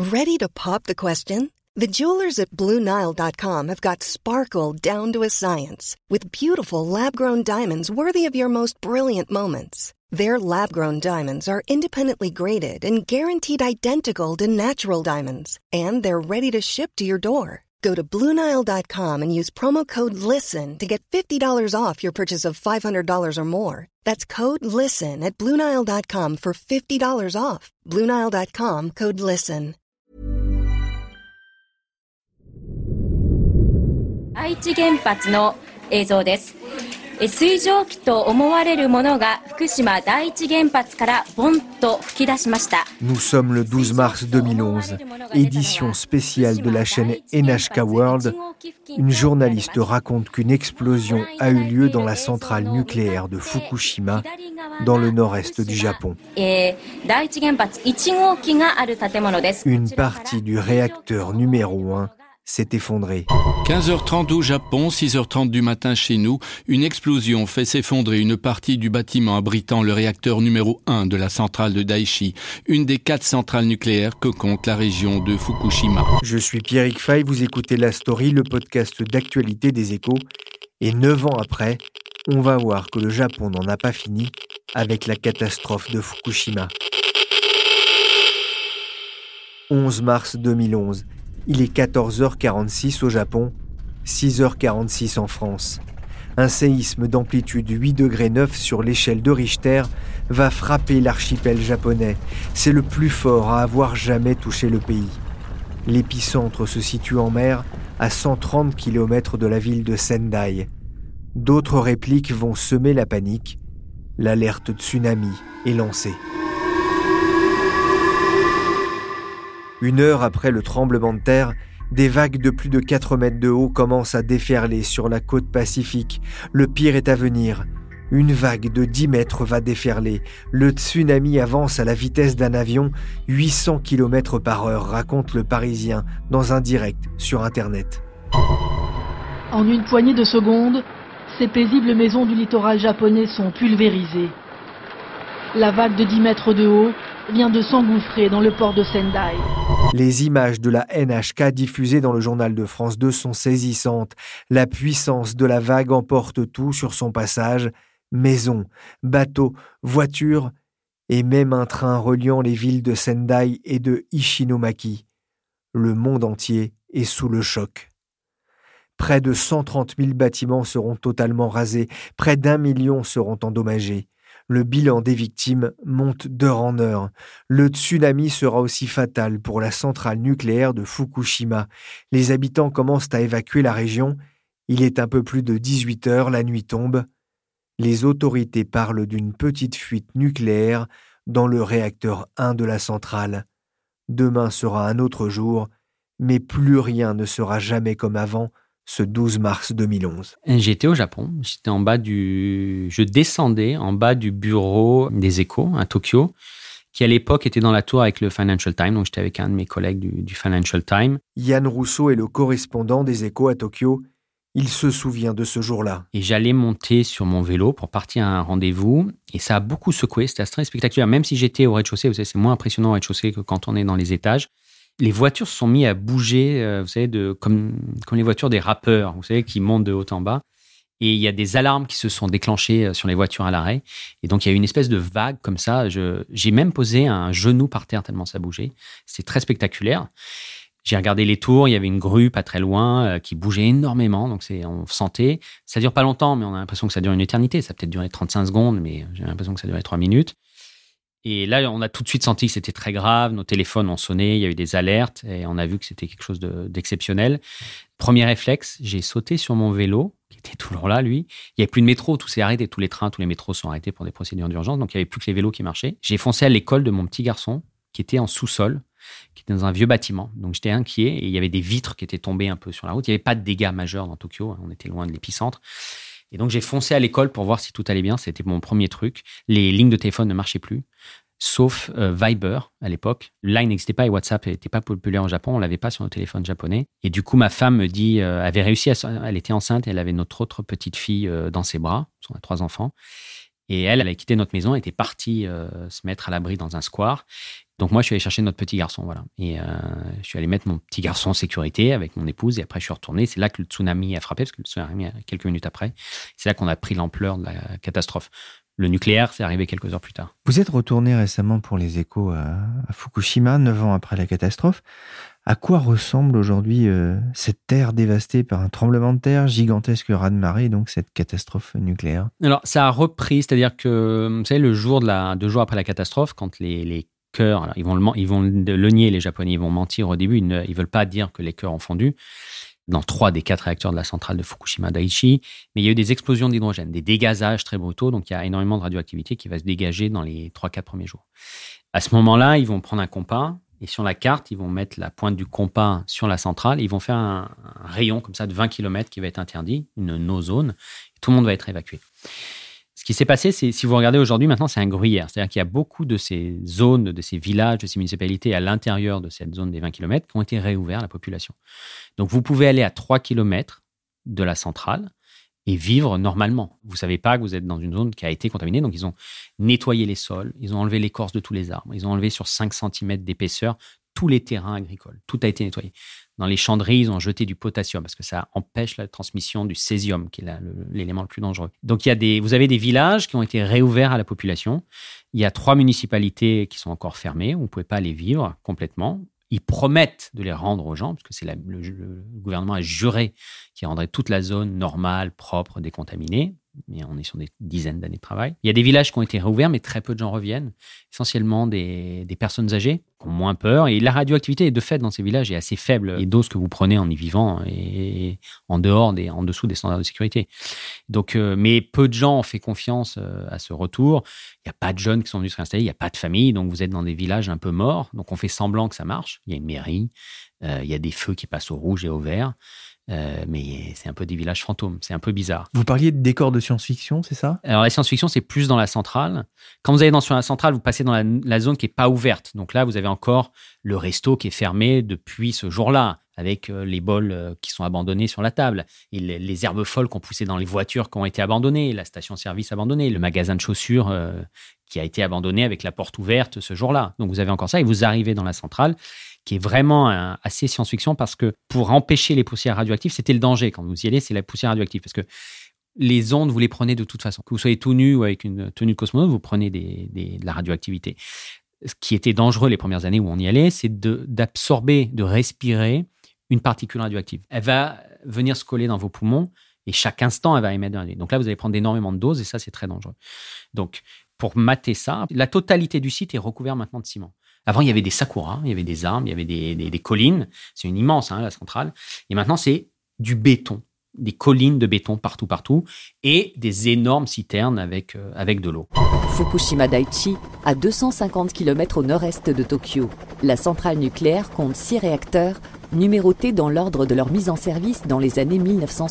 Ready to pop the question? The jewelers at BlueNile.com have got sparkle down to a science with beautiful lab-grown diamonds worthy of your most brilliant moments. Their lab-grown diamonds are independently graded and guaranteed identical to natural diamonds, and they're ready to ship to your door. Go to BlueNile.com and use promo code LISTEN to get $50 off your purchase of $500 or more. That's code LISTEN at BlueNile.com for $50 off. BlueNile.com, code LISTEN. 愛知原発の映像です。水蒸気と思われるものが福島第一原発からボンと吹き出しました。 Nous sommes le 12 mars 2011, édition spéciale de la chaîne NHK World. Une journaliste raconte qu'une explosion a eu lieu dans la centrale nucléaire de Fukushima, dans le nord-est du Japon. Une partie du réacteur numéro 1 s'est effondrée. 15h30 au Japon, 6h30 du matin chez nous, une explosion fait s'effondrer une partie du bâtiment abritant le réacteur numéro 1 de la centrale de Daiichi, une des 4 centrales nucléaires que compte la région de Fukushima. Je suis Pierrick Fay, vous écoutez La Story, le podcast d'actualité des Échos. Et 9 ans après, on va voir que le Japon n'en a pas fini avec la catastrophe de Fukushima. 11 mars 2011. Il est 14h46 au Japon, 6h46 en France. Un séisme d'amplitude 8,9 sur l'échelle de Richter va frapper l'archipel japonais. C'est le plus fort à avoir jamais touché le pays. L'épicentre se situe en mer, à 130 km de la ville de Sendai. D'autres répliques vont semer la panique. L'alerte tsunami est lancée. 1 heure après le tremblement de terre, des vagues de plus de 4 mètres de haut commencent à déferler sur la côte pacifique. Le pire est à venir. Une vague de 10 mètres va déferler. Le tsunami avance à la vitesse d'un avion, 800 km/h, raconte le Parisien dans un direct sur Internet. En une poignée de secondes, ces paisibles maisons du littoral japonais sont pulvérisées. La vague de 10 mètres de haut vient de s'engouffrer dans le port de Sendai. Les images de la NHK diffusées dans le journal de France 2 sont saisissantes. La puissance de la vague emporte tout sur son passage. Maisons, bateaux, voitures et même un train reliant les villes de Sendai et de Ishinomaki. Le monde entier est sous le choc. Près de 130 000 bâtiments seront totalement rasés. Près d'1 million seront endommagés. Le bilan des victimes monte d'heure en heure. Le tsunami sera aussi fatal pour la centrale nucléaire de Fukushima. Les habitants commencent à évacuer la région. Il est un peu plus de 18 heures, la nuit tombe. Les autorités parlent d'une petite fuite nucléaire dans le réacteur 1 de la centrale. Demain sera un autre jour, mais plus rien ne sera jamais comme avant, ce 12 mars 2011. J'étais au Japon, je descendais en bas du bureau des Échos à Tokyo, qui à l'époque était dans la tour avec le Financial Times, donc j'étais avec un de mes collègues du Financial Times. Yann Rousseau est le correspondant des Échos à Tokyo. Il se souvient de ce jour-là. Et j'allais monter sur mon vélo pour partir à un rendez-vous, et ça a beaucoup secoué, c'était très spectaculaire. Même si j'étais au rez-de-chaussée, vous savez, c'est moins impressionnant au rez-de-chaussée que quand on est dans les étages. Les voitures se sont mises à bouger, vous savez, comme les voitures des rappeurs, vous savez, qui montent de haut en bas. Et il y a des alarmes qui se sont déclenchées sur les voitures à l'arrêt. Et donc, il y a eu une espèce de vague comme ça. J'ai même posé un genou par terre tellement ça bougeait. C'était très spectaculaire. J'ai regardé les tours. Il y avait une grue pas très loin qui bougeait énormément. Donc, on sentait. Ça dure pas longtemps, mais on a l'impression que ça dure une éternité. Ça a peut-être duré 35 secondes, mais j'ai l'impression que ça durait 3 minutes. Et là, on a tout de suite senti que c'était très grave. Nos téléphones ont sonné, il y a eu des alertes et on a vu que c'était quelque chose d'exceptionnel. Premier réflexe, j'ai sauté sur mon vélo, qui était toujours là, lui. Il n'y avait plus de métro, tout s'est arrêté, tous les trains, tous les métros sont arrêtés pour des procédures d'urgence. Donc, il n'y avait plus que les vélos qui marchaient. J'ai foncé à l'école de mon petit garçon, qui était en sous-sol, qui était dans un vieux bâtiment. Donc, j'étais inquiet et il y avait des vitres qui étaient tombées un peu sur la route. Il n'y avait pas de dégâts majeurs dans Tokyo, on était loin de l'épicentre. Et donc, j'ai foncé à l'école pour voir si tout allait bien. C'était mon premier truc. Les lignes de téléphone ne marchaient plus, sauf Viber à l'époque. Line n'existait pas et WhatsApp n'était pas populaire au Japon. On ne l'avait pas sur nos téléphones japonais. Et du coup, ma femme me dit, avait réussi, elle était enceinte et elle avait notre autre petite fille dans ses bras. On a 3 enfants. Et elle avait quitté notre maison, était partie se mettre à l'abri dans un square. Donc moi, je suis allé chercher notre petit garçon, voilà. Et je suis allé mettre mon petit garçon en sécurité avec mon épouse. Et après, je suis retourné. C'est là que le tsunami a frappé, parce que le tsunami a quelques minutes après. C'est là qu'on a pris l'ampleur de la catastrophe. Le nucléaire, c'est arrivé quelques heures plus tard. Vous êtes retourné récemment pour les échos à Fukushima, 9 ans après la catastrophe. À quoi ressemble aujourd'hui cette terre dévastée par un tremblement de terre, gigantesque raz-de-marée, donc cette catastrophe nucléaire? Alors, ça a repris, c'est-à-dire que, vous savez, 2 jours après la catastrophe, quand les cœurs, alors ils vont le nier, les Japonais, ils vont mentir au début, ils ne veulent pas dire que les cœurs ont fondu dans 3 des 4 réacteurs de la centrale de Fukushima Daiichi, mais il y a eu des explosions d'hydrogène, des dégazages très brutaux, donc il y a énormément de radioactivité qui va se dégager dans les 3-4 premiers jours. À ce moment-là, ils vont prendre un compas, et sur la carte, ils vont mettre la pointe du compas sur la centrale, et ils vont faire un rayon comme ça de 20 km qui va être interdit, une no-zone, et tout le monde va être évacué. Ce qui s'est passé, c'est, si vous regardez aujourd'hui, maintenant, c'est un gruyère. C'est-à-dire qu'il y a beaucoup de ces zones, de ces villages, de ces municipalités à l'intérieur de cette zone des 20 km qui ont été réouverts à la population. Donc, vous pouvez aller à 3 km de la centrale et vivre normalement. Vous ne savez pas que vous êtes dans une zone qui a été contaminée. Donc, ils ont nettoyé les sols, ils ont enlevé l'écorce de tous les arbres, ils ont enlevé sur 5 cm d'épaisseur tous les terrains agricoles. Tout a été nettoyé. Dans les chanderies, ils ont jeté du potassium parce que ça empêche la transmission du césium, qui est l'élément le plus dangereux. Donc, vous avez des villages qui ont été réouverts à la population. Il y a 3 municipalités qui sont encore fermées, où on ne pouvait pas aller vivre complètement. Ils promettent de les rendre aux gens, parce que le gouvernement a juré qu'il rendrait toute la zone normale, propre, décontaminée. Mais on est sur des dizaines d'années de travail. Il y a des villages qui ont été réouverts, mais très peu de gens reviennent. Essentiellement des personnes âgées qui ont moins peur. Et la radioactivité, de fait, dans ces villages est assez faible. Les doses que vous prenez en y vivant et en dessous des standards de sécurité. Donc, mais peu de gens ont fait confiance à ce retour. Il n'y a pas de jeunes qui sont venus se réinstaller. Il n'y a pas de famille. Donc, vous êtes dans des villages un peu morts. Donc, on fait semblant que ça marche. Il y a une mairie. Il y a des feux qui passent au rouge et au vert. Mais c'est un peu des villages fantômes, c'est un peu bizarre. Vous parliez de décors de science-fiction, c'est ça? Alors la science-fiction, c'est plus dans la centrale. Quand vous allez sur la centrale, vous passez dans la zone qui n'est pas ouverte. Donc là, vous avez encore le resto qui est fermé depuis ce jour-là, avec les bols qui sont abandonnés sur la table, et les herbes folles qu'on poussait dans les voitures qui ont été abandonnées, la station-service abandonnée, le magasin de chaussures qui a été abandonné avec la porte ouverte ce jour-là. Donc vous avez encore ça, et vous arrivez dans la centrale, qui est vraiment assez science-fiction, parce que pour empêcher les poussières radioactives, c'était le danger. Quand vous y allez, c'est la poussière radioactive. Parce que les ondes, vous les prenez de toute façon. Que vous soyez tout nu ou avec une tenue de cosmonaute, vous prenez de la radioactivité. Ce qui était dangereux les premières années où on y allait, c'est d'absorber, de respirer une particule radioactive. Elle va venir se coller dans vos poumons et chaque instant, elle va émettre un. Donc là, vous allez prendre énormément de doses et ça, c'est très dangereux. Donc, pour mater ça, la totalité du site est recouverte maintenant de ciment. Avant, il y avait des sakuras, il y avait des arbres, il y avait des collines. C'est une immense, la centrale. Et maintenant, c'est du béton, des collines de béton partout, et des énormes citernes avec de l'eau. Fukushima Daiichi, à 250 km au nord-est de Tokyo. La centrale nucléaire compte 6 réacteurs, numérotés dans l'ordre de leur mise en service dans les années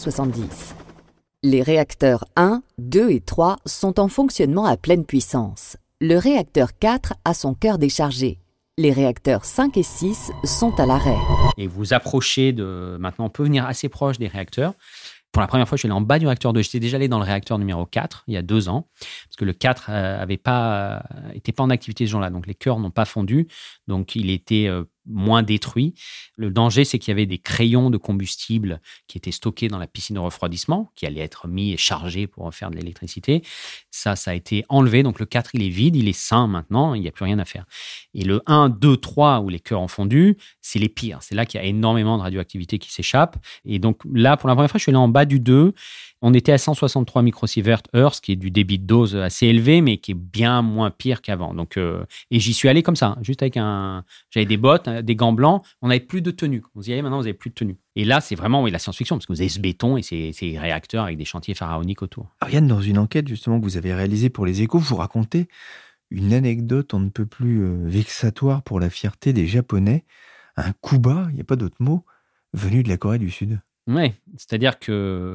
1970. Les réacteurs 1, 2 et 3 sont en fonctionnement à pleine puissance. Le réacteur 4 a son cœur déchargé. Les réacteurs 5 et 6 sont à l'arrêt. Et vous approchez maintenant, on peut venir assez proche des réacteurs. Pour la première fois, je suis allé en bas du réacteur 2. J'étais déjà allé dans le réacteur numéro 4, il y a 2 ans, parce que le 4 n'était pas en activité ce jour-là. Donc, les cœurs n'ont pas fondu. Donc, il était moins détruit. Le danger, c'est qu'il y avait des crayons de combustible qui étaient stockés dans la piscine de refroidissement, qui allaient être mis et chargés pour faire de l'électricité. Ça a été enlevé. Donc, le 4, il est vide, il est sain maintenant, il n'y a plus rien à faire. Et le 1, 2, 3, où les cœurs ont fondu, c'est les pires. C'est là qu'il y a énormément de radioactivité qui s'échappe. Et donc, là, pour la première fois, je suis allé en bas du 2. On était à 163 microsieverts/heure, ce qui est du débit de dose assez élevé, mais qui est bien moins pire qu'avant. Donc, et j'y suis allé comme ça, juste avec j'avais des bottes, des gants blancs. On n'avait plus de tenue. Vous y allez maintenant, vous n'avez plus de tenue. Et là, c'est vraiment la science-fiction, parce que vous avez ce béton et ces réacteurs avec des chantiers pharaoniques autour. Alors Yann, dans une enquête justement que vous avez réalisée pour les Échos, vous racontez une anecdote on ne peut plus vexatoire pour la fierté des Japonais. Un Kuba, il n'y a pas d'autre mot, venu de la Corée du Sud. Oui, c'est-à-dire que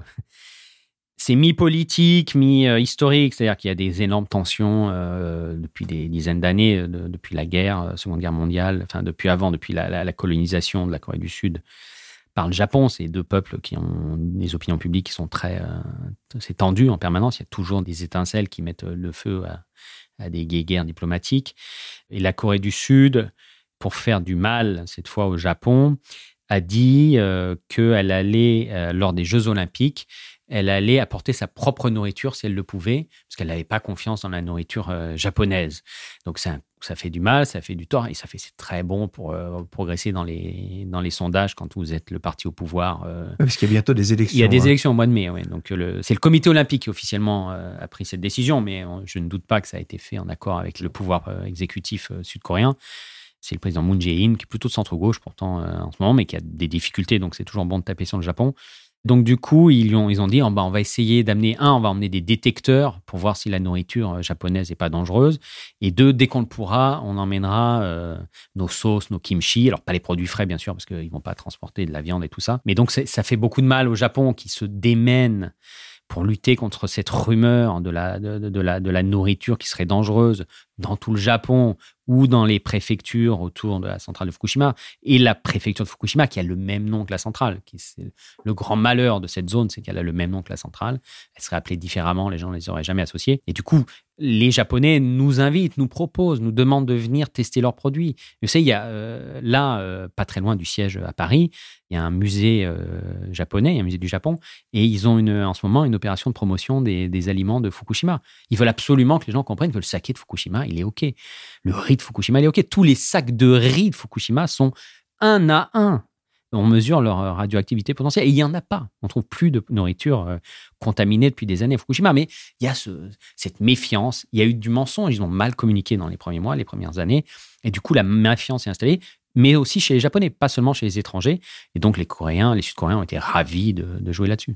c'est mi-politique, mi-historique, c'est-à-dire qu'il y a des énormes tensions depuis des dizaines d'années, depuis la guerre, Seconde Guerre mondiale, enfin depuis la colonisation de la Corée du Sud par le Japon. C'est 2 peuples qui ont des opinions publiques qui sont c'est tendu en permanence. Il y a toujours des étincelles qui mettent le feu à des guerres diplomatiques. Et la Corée du Sud, pour faire du mal, cette fois au Japon, a dit qu'elle allait, lors des Jeux Olympiques, elle allait apporter sa propre nourriture si elle le pouvait, parce qu'elle n'avait pas confiance dans la nourriture japonaise. Donc ça fait du mal, ça fait du tort, et c'est très bon pour progresser dans les sondages quand vous êtes le parti au pouvoir. Parce qu'il y a bientôt des élections. Il y a des élections au mois de mai, ouais. Donc c'est le comité olympique qui officiellement a pris cette décision, mais je ne doute pas que ça a été fait en accord avec le pouvoir exécutif sud-coréen. C'est le président Moon Jae-in, qui est plutôt de centre-gauche pourtant en ce moment, mais qui a des difficultés, donc c'est toujours bon de taper sur le Japon. Donc du coup, ils ont dit, on va essayer d'amener, on va emmener des détecteurs pour voir si la nourriture japonaise n'est pas dangereuse. Et deux, dès qu'on le pourra, on emmènera nos sauces, nos kimchi. Alors pas les produits frais, bien sûr, parce qu'ils ne vont pas transporter de la viande et tout ça. Mais donc ça fait beaucoup de mal au Japon qui se démène pour lutter contre cette rumeur de la nourriture qui serait dangereuse dans tout le Japon ou dans les préfectures autour de la centrale de Fukushima, et la préfecture de Fukushima qui a le même nom que la centrale. C'est le grand malheur de cette zone, c'est qu'elle a le même nom que la centrale. Elle serait appelée différemment, les gens ne les auraient jamais associés. Et du coup, les Japonais nous invitent, nous proposent, nous demandent de venir tester leurs produits. Vous savez, il y a pas très loin du siège à Paris, il y a un musée japonais, il y a un musée du Japon, et ils ont en ce moment une opération de promotion des aliments de Fukushima. Ils veulent absolument que les gens comprennent que le saké de Fukushima, il est OK. Le riz de Fukushima, il est OK. Tous les sacs de riz de Fukushima sont 1 à 1. On mesure leur radioactivité potentielle. Et il n'y en a pas. On ne trouve plus de nourriture contaminée depuis des années à Fukushima. Mais il y a cette méfiance. Il y a eu du mensonge. Ils ont mal communiqué dans les premiers mois, les premières années. Et du coup, la méfiance est installée, mais aussi chez les Japonais, pas seulement chez les étrangers. Et donc, les Coréens, les Sud-Coréens ont été ravis de jouer là-dessus.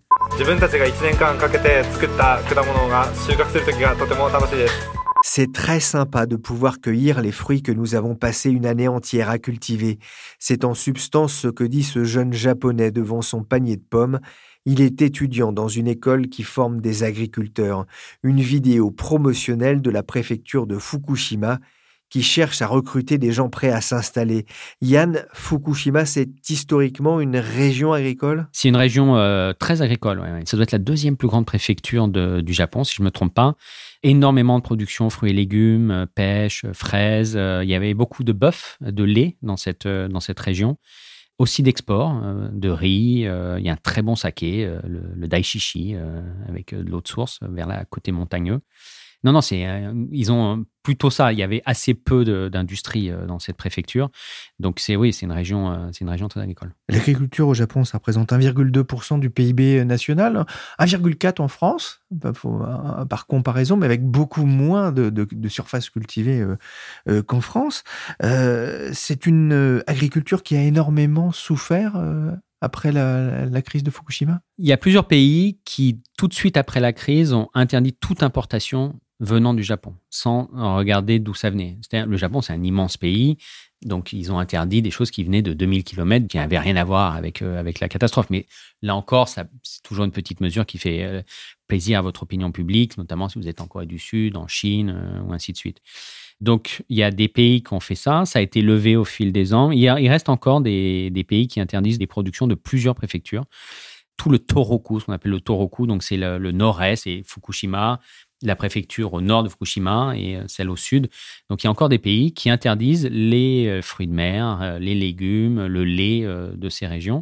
C'est très sympa de pouvoir cueillir les fruits que nous avons passé une année entière à cultiver. C'est en substance ce que dit ce jeune Japonais devant son panier de pommes. Il est étudiant dans une école qui forme des agriculteurs. Une vidéo promotionnelle de la préfecture de Fukushima qui cherche à recruter des gens prêts à s'installer. Yann, Fukushima, c'est historiquement une région agricole ? C'est une région très agricole. Ouais. Ça doit être la 2e plus grande préfecture du Japon, si je ne me trompe pas. Énormément de production, fruits et légumes, pêche, fraises. Il y avait beaucoup de bœuf, de lait dans cette région. Aussi d'export, de riz. Il y a un très bon saké, le daishishi, avec de l'eau de source vers le côté montagneux. Non, ils ont plutôt ça. Il y avait assez peu d'industrie dans cette préfecture. Donc, c'est une région très agricole. L'agriculture au Japon, ça représente 1,2% du PIB national, 1,4% en France, par comparaison, mais avec beaucoup moins de surface cultivée qu'en France. C'est une agriculture qui a énormément souffert après la crise de Fukushima. Il y a plusieurs pays qui, tout de suite après la crise, ont interdit toute importation venant du Japon, sans regarder d'où ça venait. Le Japon, c'est un immense pays, donc ils ont interdit des choses qui venaient de 2000 km, qui n'avaient rien à voir avec la catastrophe. Mais là encore, c'est toujours une petite mesure qui fait plaisir à votre opinion publique, notamment si vous êtes en Corée du Sud, en Chine, ou ainsi de suite. Donc, il y a des pays qui ont fait ça. Ça a été levé au fil des ans. Il reste encore des pays qui interdisent des productions de plusieurs préfectures. Tout le Tohoku, ce qu'on appelle le Tohoku, donc c'est le nord-est, c'est Fukushima, la préfecture au nord de Fukushima et celle au sud. Donc, il y a encore des pays qui interdisent les fruits de mer, les légumes, le lait de ces régions.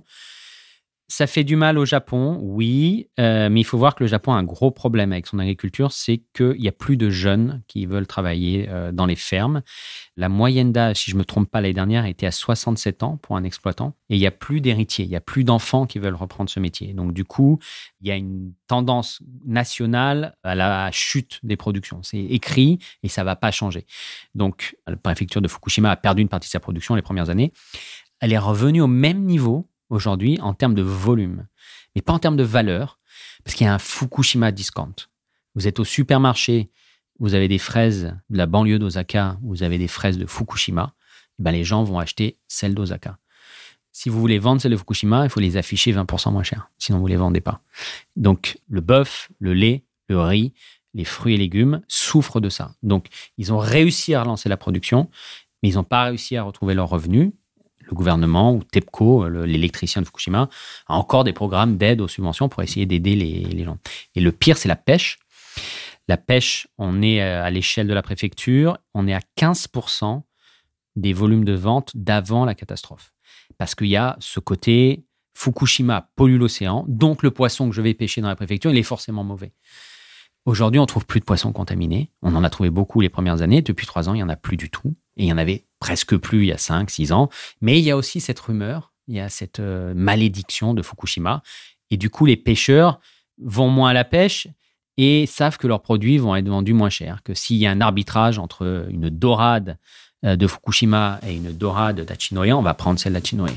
Ça fait du mal au Japon, oui, mais il faut voir que le Japon a un gros problème avec son agriculture, c'est qu'il n'y a plus de jeunes qui veulent travailler dans les fermes. La moyenne d'âge, si je ne me trompe pas, l'année dernière, était à 67 ans pour un exploitant. Et il n'y a plus d'héritiers, il n'y a plus d'enfants qui veulent reprendre ce métier. Donc du coup, il y a une tendance nationale à la chute des productions. C'est écrit et ça ne va pas changer. Donc la préfecture de Fukushima a perdu une partie de sa production les premières années. Elle est revenue au même niveau aujourd'hui en termes de volume, mais pas en termes de valeur, parce qu'il y a un Fukushima discount. Vous êtes au supermarché, vous avez des fraises de la banlieue d'Osaka, vous avez des fraises de Fukushima, et les gens vont acheter celles d'Osaka. Si vous voulez vendre celles de Fukushima, il faut les afficher 20% moins cher, sinon vous ne les vendez pas. Donc le bœuf, le lait, le riz, les fruits et légumes souffrent de ça. Donc ils ont réussi à relancer la production, mais ils n'ont pas réussi à retrouver leurs revenus. Le gouvernement ou TEPCO, l'électricien de Fukushima, a encore des programmes d'aide aux subventions pour essayer d'aider les gens. Et le pire, c'est la pêche. La pêche, on est à l'échelle de la préfecture, on est à 15% des volumes de vente d'avant la catastrophe. Parce qu'il y a ce côté Fukushima pollue l'océan, donc le poisson que je vais pêcher dans la préfecture, il est forcément mauvais. Aujourd'hui, on ne trouve plus de poissons contaminés. On en a trouvé beaucoup les premières années. Depuis 3 ans, il n'y en a plus du tout. Et il y en avait presque plus il y a 5, 6 ans. Mais il y a aussi cette rumeur, il y a cette malédiction de Fukushima. Et du coup, les pêcheurs vont moins à la pêche et savent que leurs produits vont être vendus moins cher. Que s'il y a un arbitrage entre une dorade de Fukushima et une dorade d'Hachinohe, on va prendre celle d'Hachinohe.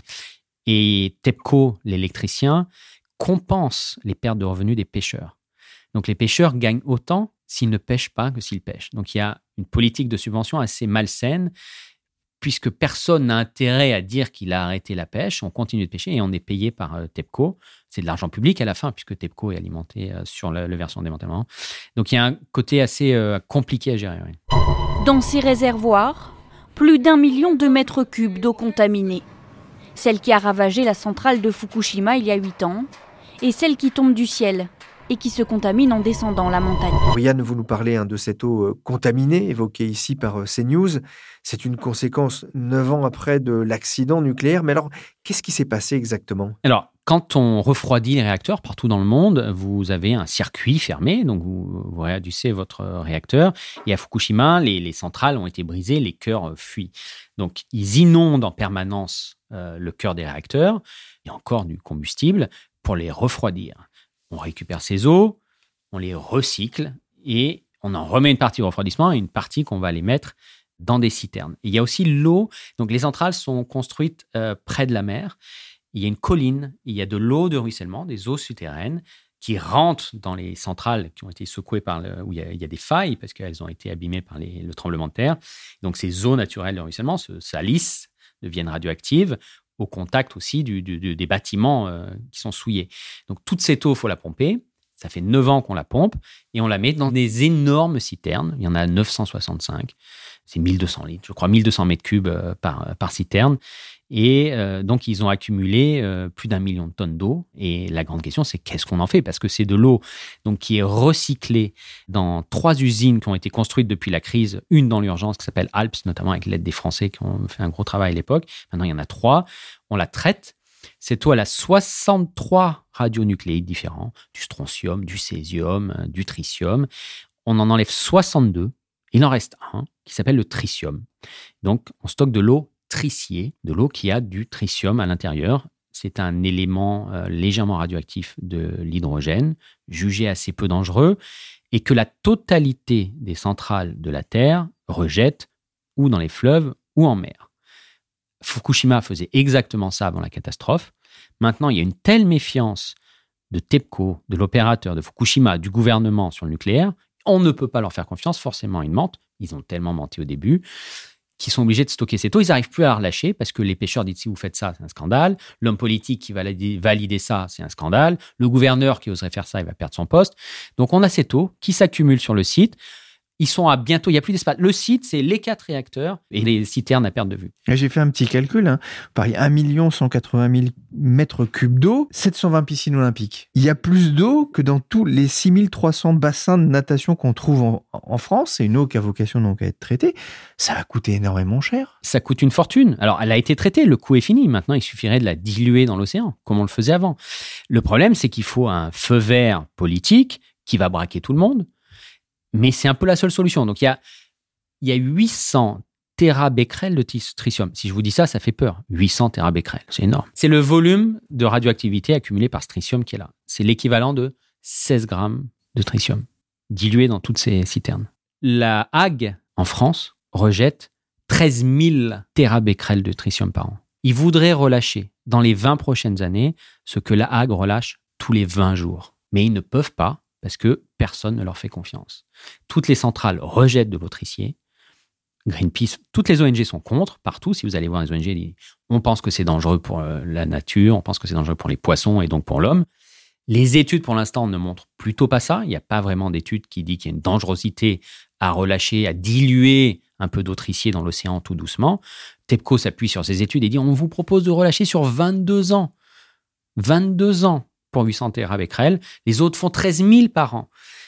Et TEPCO, l'électricien, compense les pertes de revenus des pêcheurs. Donc, les pêcheurs gagnent autant s'ils ne pêchent pas que s'ils pêchent. Donc, il y a une politique de subvention assez malsaine, puisque personne n'a intérêt à dire qu'il a arrêté la pêche. On continue de pêcher et on est payé par TEPCO. C'est de l'argent public à la fin, puisque TEPCO est alimenté sur le versant de démantèlement. Donc, il y a un côté assez compliqué à gérer. Oui. Dans ces réservoirs, plus d'1 million de mètres cubes d'eau contaminée. Celle qui a ravagé la centrale de Fukushima il y a 8 ans, et celle qui tombe du ciel et qui se contamine en descendant la montagne. Oriane, vous nous parlez de cette eau contaminée évoquée ici par CNews. C'est une conséquence 9 ans après de l'accident nucléaire. Mais alors, qu'est-ce qui s'est passé exactement ? Alors, quand on refroidit les réacteurs partout dans le monde, vous avez un circuit fermé, donc vous réadducez votre réacteur. Et à Fukushima, les centrales ont été brisées, les cœurs fuient. Donc, ils inondent en permanence le cœur des réacteurs et encore du combustible pour les refroidir. On récupère ces eaux, on les recycle et on en remet une partie au refroidissement et une partie qu'on va les mettre dans des citernes. Et il y a aussi l'eau. Donc, les centrales sont construites près de la mer. Il y a une colline, il y a de l'eau de ruissellement, des eaux souterraines qui rentrent dans les centrales qui ont été secouées où il y a des failles parce qu'elles ont été abîmées par le tremblement de terre. Donc, ces eaux naturelles de ruissellement se salissent, deviennent radioactives, au contact aussi des bâtiments qui sont souillés. Donc, toute cette eau, il faut la pomper. Ça fait 9 ans qu'on la pompe et on la met dans des énormes citernes. Il y en a 965. C'est 1200 litres, je crois, 1200 mètres cubes par citerne. Et donc, ils ont accumulé plus d'1 million de tonnes d'eau. Et la grande question, c'est qu'est-ce qu'on en fait ? Parce que c'est de l'eau donc, qui est recyclée dans 3 usines qui ont été construites depuis la crise. Une dans l'urgence qui s'appelle Alps, notamment avec l'aide des Français qui ont fait un gros travail à l'époque. Maintenant, il y en a 3. On la traite. Cette eau, elle a 63 radionucléides différents, du strontium, du césium, du tritium. On en enlève 62. Il en reste un qui s'appelle le tritium. Donc, on stocke de l'eau triciée, de l'eau qui a du tritium à l'intérieur. C'est un élément légèrement radioactif de l'hydrogène, jugé assez peu dangereux, et que la totalité des centrales de la Terre rejette ou dans les fleuves ou en mer. Fukushima faisait exactement ça avant la catastrophe. Maintenant, il y a une telle méfiance de TEPCO, de l'opérateur de Fukushima, du gouvernement sur le nucléaire, on ne peut pas leur faire confiance, forcément ils mentent, ils ont tellement menti au début, qu'ils sont obligés de stocker cette eau, ils n'arrivent plus à la relâcher parce que les pêcheurs disent si vous faites ça, c'est un scandale, l'homme politique qui va valider ça, c'est un scandale, le gouverneur qui oserait faire ça, il va perdre son poste. Donc on a cette eau qui s'accumule sur le site. Ils sont à bientôt, il n'y a plus d'espace. Le site, c'est les 4 réacteurs et les citernes à perte de vue. J'ai fait un petit calcul. Paris, 1 180 000 mètres cubes d'eau, 720 piscines olympiques. Il y a plus d'eau que dans tous les 6300 bassins de natation qu'on trouve en France. C'est une eau qui a vocation donc à être traitée. Ça va coûter énormément cher. Ça coûte une fortune. Alors, elle a été traitée, le coût est fini. Maintenant, il suffirait de la diluer dans l'océan, comme on le faisait avant. Le problème, c'est qu'il faut un feu vert politique qui va braquer tout le monde. Mais c'est un peu la seule solution. Donc, il y a 800 térabecquerels de tritium. Si je vous dis ça, ça fait peur. 800 térabecquerels, c'est énorme. C'est le volume de radioactivité accumulé par ce tritium qui est là. C'est l'équivalent de 16 grammes de tritium dilué dans toutes ces citernes. La Hague, en France, rejette 13 000 térabecquerels de tritium par an. Ils voudraient relâcher dans les 20 prochaines années ce que la Hague relâche tous les 20 jours. Mais ils ne peuvent pas parce que personne ne leur fait confiance. Toutes les centrales rejettent de l'eau triciée. Greenpeace, toutes les ONG sont contre, partout. Si vous allez voir les ONG, on pense que c'est dangereux pour la nature, on pense que c'est dangereux pour les poissons et donc pour l'homme. Les études, pour l'instant, ne montrent plutôt pas ça. Il n'y a pas vraiment d'études qui disent qu'il y a une dangerosité à relâcher, à diluer un peu d'eau triciée dans l'océan tout doucement. TEPCO s'appuie sur ces études et dit on vous propose de relâcher sur 22 ans. 22 ans pour 800 térabecquerels. Les autres font 13 000 par an.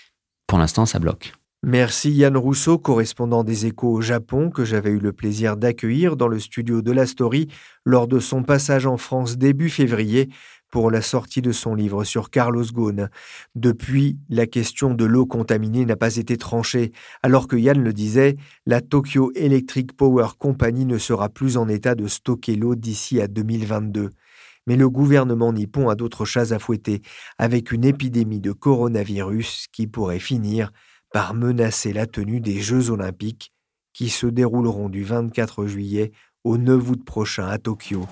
pour l'instant, ça bloque. Merci Yann Rousseau, correspondant des Échos au Japon, que j'avais eu le plaisir d'accueillir dans le studio de La Story lors de son passage en France début février pour la sortie de son livre sur Carlos Ghosn. Depuis, la question de l'eau contaminée n'a pas été tranchée. Alors que Yann le disait, la Tokyo Electric Power Company ne sera plus en état de stocker l'eau d'ici à 2022. Mais le gouvernement nippon a d'autres chats à fouetter, avec une épidémie de coronavirus qui pourrait finir par menacer la tenue des Jeux Olympiques qui se dérouleront du 24 juillet au 9 août prochain à Tokyo.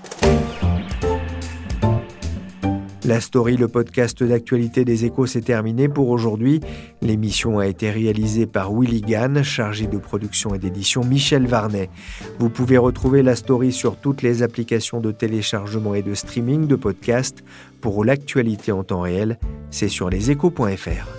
La Story, le podcast d'actualité des Échos, s'est terminé pour aujourd'hui. L'émission a été réalisée par Willy Gann, chargé de production et d'édition Michel Varnet. Vous pouvez retrouver La Story sur toutes les applications de téléchargement et de streaming de podcasts. Pour l'actualité en temps réel, c'est sur leséchos.fr.